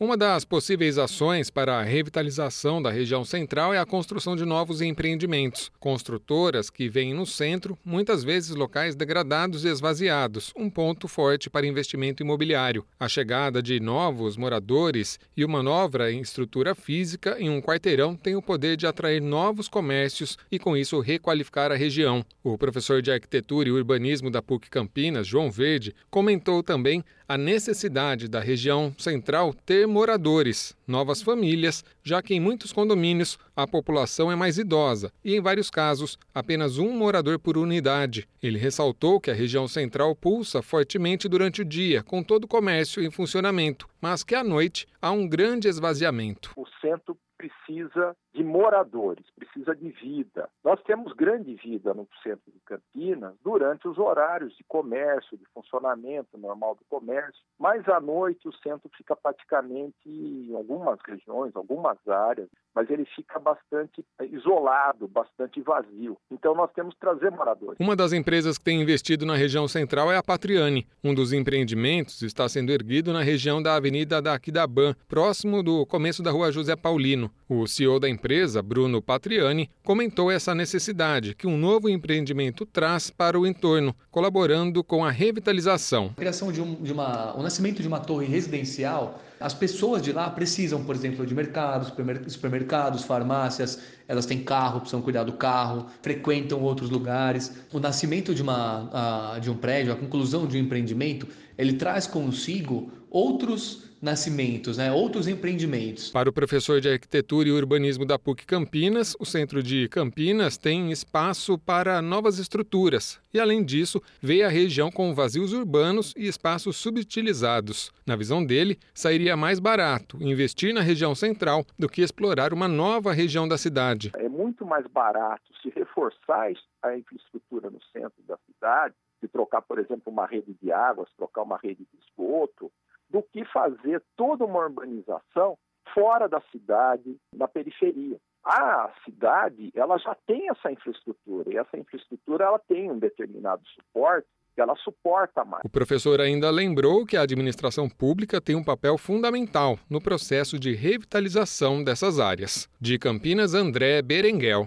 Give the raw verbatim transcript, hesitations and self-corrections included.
Uma das possíveis ações para a revitalização da região central é a construção de novos empreendimentos. Construtoras que veem no centro, muitas vezes locais degradados e esvaziados, um ponto forte para investimento imobiliário. A chegada de novos moradores e uma nova estrutura física em um quarteirão tem o poder de atrair novos comércios e, com isso, requalificar a região. O professor de Arquitetura e Urbanismo da P U C Campinas, João Verde, comentou também a necessidade da região central ter moradores, novas famílias, já que em muitos condomínios a população é mais idosa e, em vários casos, apenas um morador por unidade. Ele ressaltou que a região central pulsa fortemente durante o dia, com todo o comércio em funcionamento, mas que à noite há um grande esvaziamento. O centro precisa de moradores, precisa de vida. Nós temos grande vida no centro de Campinas durante os horários de comércio, de funcionamento normal do comércio, mas à noite o centro fica praticamente, em algumas regiões, algumas áreas, mas ele fica bastante isolado, bastante vazio. Então nós temos que trazer moradores. Uma das empresas que tem investido na região central é a Patriani. Um dos empreendimentos está sendo erguido na região da Avenida da Aquidabã, próximo do começo da Rua José Paulino. O C E O da empresa, Bruno Patriani, comentou essa necessidade que um novo empreendimento traz para o entorno, colaborando com a revitalização. A criação de, um, de uma, o nascimento de uma torre residencial, as pessoas de lá precisam, por exemplo, de mercados, supermercados, farmácias, elas têm carro, precisam cuidar do carro, frequentam outros lugares. O nascimento de, uma, de um prédio, a conclusão de um empreendimento, ele traz consigo outros nascimentos, né? Outros empreendimentos. Para o professor de Arquitetura e Urbanismo da P U C Campinas, o centro de Campinas tem espaço para novas estruturas e, além disso, vê a região com vazios urbanos e espaços subutilizados. Na visão dele, sairia mais barato investir na região central do que explorar uma nova região da cidade. É muito mais barato se reforçar a infraestrutura no centro da cidade, de trocar, por exemplo, uma rede de águas, trocar uma rede de esgoto, do que fazer toda uma urbanização fora da cidade, na periferia. A cidade, ela já tem essa infraestrutura, e essa infraestrutura ela tem um determinado suporte, que ela suporta mais. O professor ainda lembrou que a administração pública tem um papel fundamental no processo de revitalização dessas áreas. De Campinas, André Berenguel.